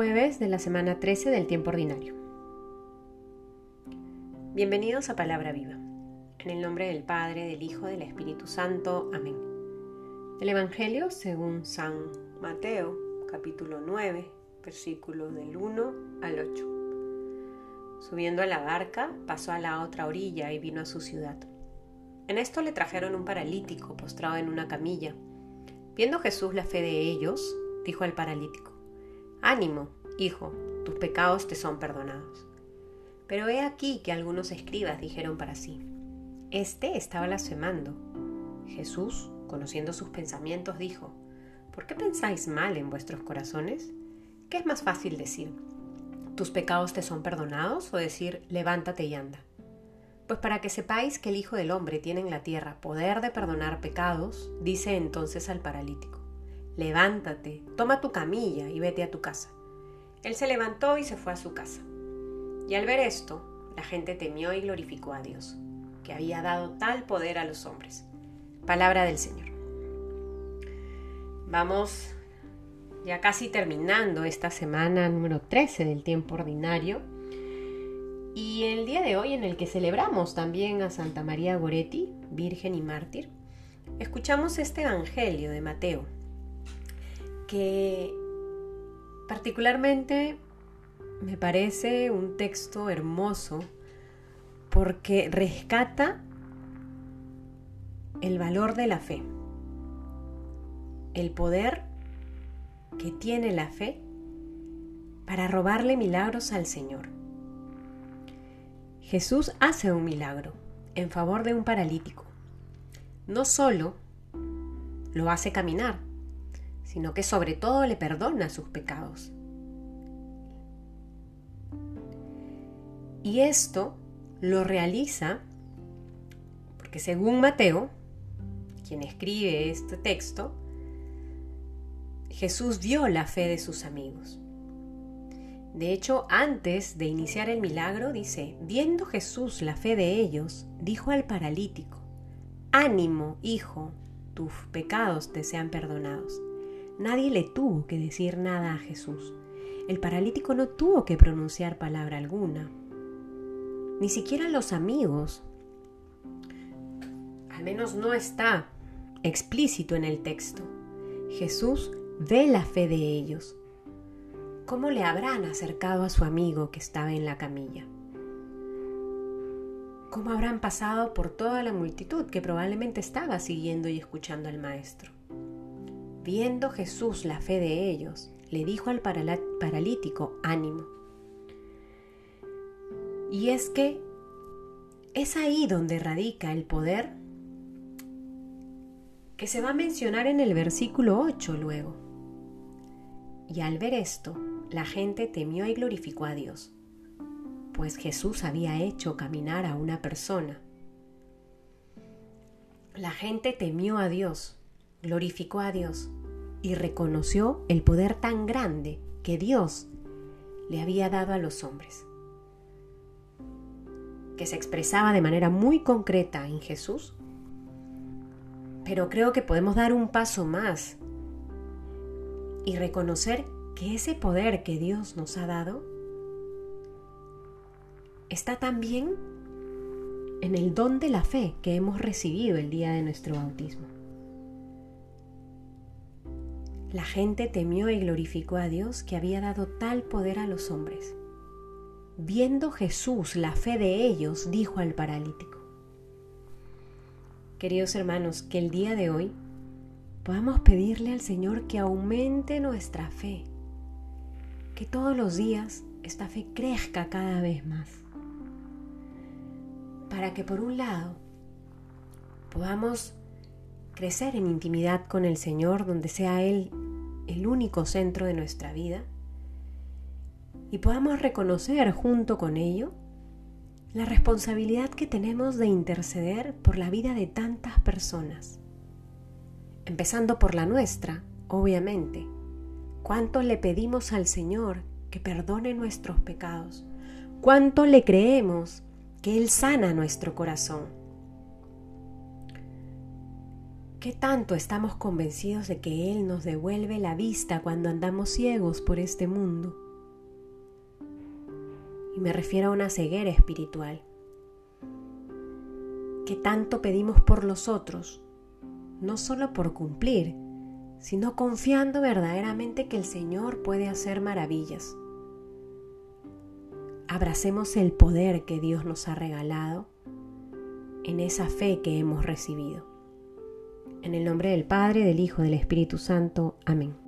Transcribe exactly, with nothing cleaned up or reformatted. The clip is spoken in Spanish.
jueves de la semana trece del tiempo ordinario. Bienvenidos a Palabra Viva. En el nombre del Padre, del Hijo, del Espíritu Santo. Amén. El Evangelio según San Mateo, capítulo nueve, versículos del uno al ocho. Subiendo a la barca, pasó a la otra orilla y vino a su ciudad. En esto le trajeron un paralítico postrado en una camilla. Viendo Jesús la fe de ellos, dijo al paralítico: «Ánimo, hijo, tus pecados te son perdonados». Pero he aquí que algunos escribas dijeron para sí: «Este está blasfemando». Jesús, conociendo sus pensamientos, dijo: «¿Por qué pensáis mal en vuestros corazones? ¿Qué es más fácil decir: tus pecados te son perdonados, o decir: levántate y anda? Pues para que sepáis que el Hijo del Hombre tiene en la tierra poder de perdonar pecados, dice entonces al paralítico: levántate, toma tu camilla y vete a tu casa». Él se levantó y se fue a su casa. Y al ver esto, la gente temió y glorificó a Dios, que había dado tal poder a los hombres. Palabra del Señor. Vamos ya casi terminando esta semana número trece del tiempo ordinario, y el día de hoy, en el que celebramos también a Santa María Goretti, Virgen y Mártir, escuchamos este Evangelio de Mateo, que particularmente me parece un texto hermoso porque rescata el valor de la fe, el poder que tiene la fe para robarle milagros al Señor. Jesús hace un milagro en favor de un paralítico. No solo lo hace caminar, sino que sobre todo le perdona sus pecados. Y esto lo realiza porque, según Mateo, quien escribe este texto, Jesús vio la fe de sus amigos. De hecho, antes de iniciar el milagro, dice: viendo Jesús la fe de ellos, dijo al paralítico: «Ánimo, hijo, tus pecados te sean perdonados». Nadie le tuvo que decir nada a Jesús. El paralítico no tuvo que pronunciar palabra alguna. Ni siquiera los amigos. Al menos no está explícito en el texto. Jesús ve la fe de ellos. ¿Cómo le habrán acercado a su amigo que estaba en la camilla? ¿Cómo habrán pasado por toda la multitud que probablemente estaba siguiendo y escuchando al Maestro? Viendo Jesús la fe de ellos, le dijo al paralítico: «Ánimo». Y es que es ahí donde radica el poder que se va a mencionar en el versículo ocho luego. Y al ver esto, la gente temió y glorificó a Dios, pues Jesús había hecho caminar a una persona. La gente temió a Dios, glorificó a Dios y reconoció el poder tan grande que Dios le había dado a los hombres, que se expresaba de manera muy concreta en Jesús. Pero creo que podemos dar un paso más y reconocer que ese poder que Dios nos ha dado está también en el don de la fe que hemos recibido el día de nuestro bautismo. La gente temió y glorificó a Dios, que había dado tal poder a los hombres. Viendo Jesús la fe de ellos, dijo al paralítico. Queridos hermanos, que el día de hoy podamos pedirle al Señor que aumente nuestra fe, que todos los días esta fe crezca cada vez más, para que por un lado podamos crecer en intimidad con el Señor, donde sea Él el único centro de nuestra vida, y podamos reconocer junto con ello la responsabilidad que tenemos de interceder por la vida de tantas personas, empezando por la nuestra, obviamente. ¿Cuánto le pedimos al Señor que perdone nuestros pecados? ¿Cuánto le creemos que Él sana nuestro corazón? ¿Qué tanto estamos convencidos de que Él nos devuelve la vista cuando andamos ciegos por este mundo? y me refiero a una ceguera espiritual. Que tanto pedimos por los otros, no solo por cumplir, sino confiando verdaderamente que el Señor puede hacer maravillas. Abracemos el poder que Dios nos ha regalado en esa fe que hemos recibido. En el nombre del Padre, del Hijo y del Espíritu Santo. Amén.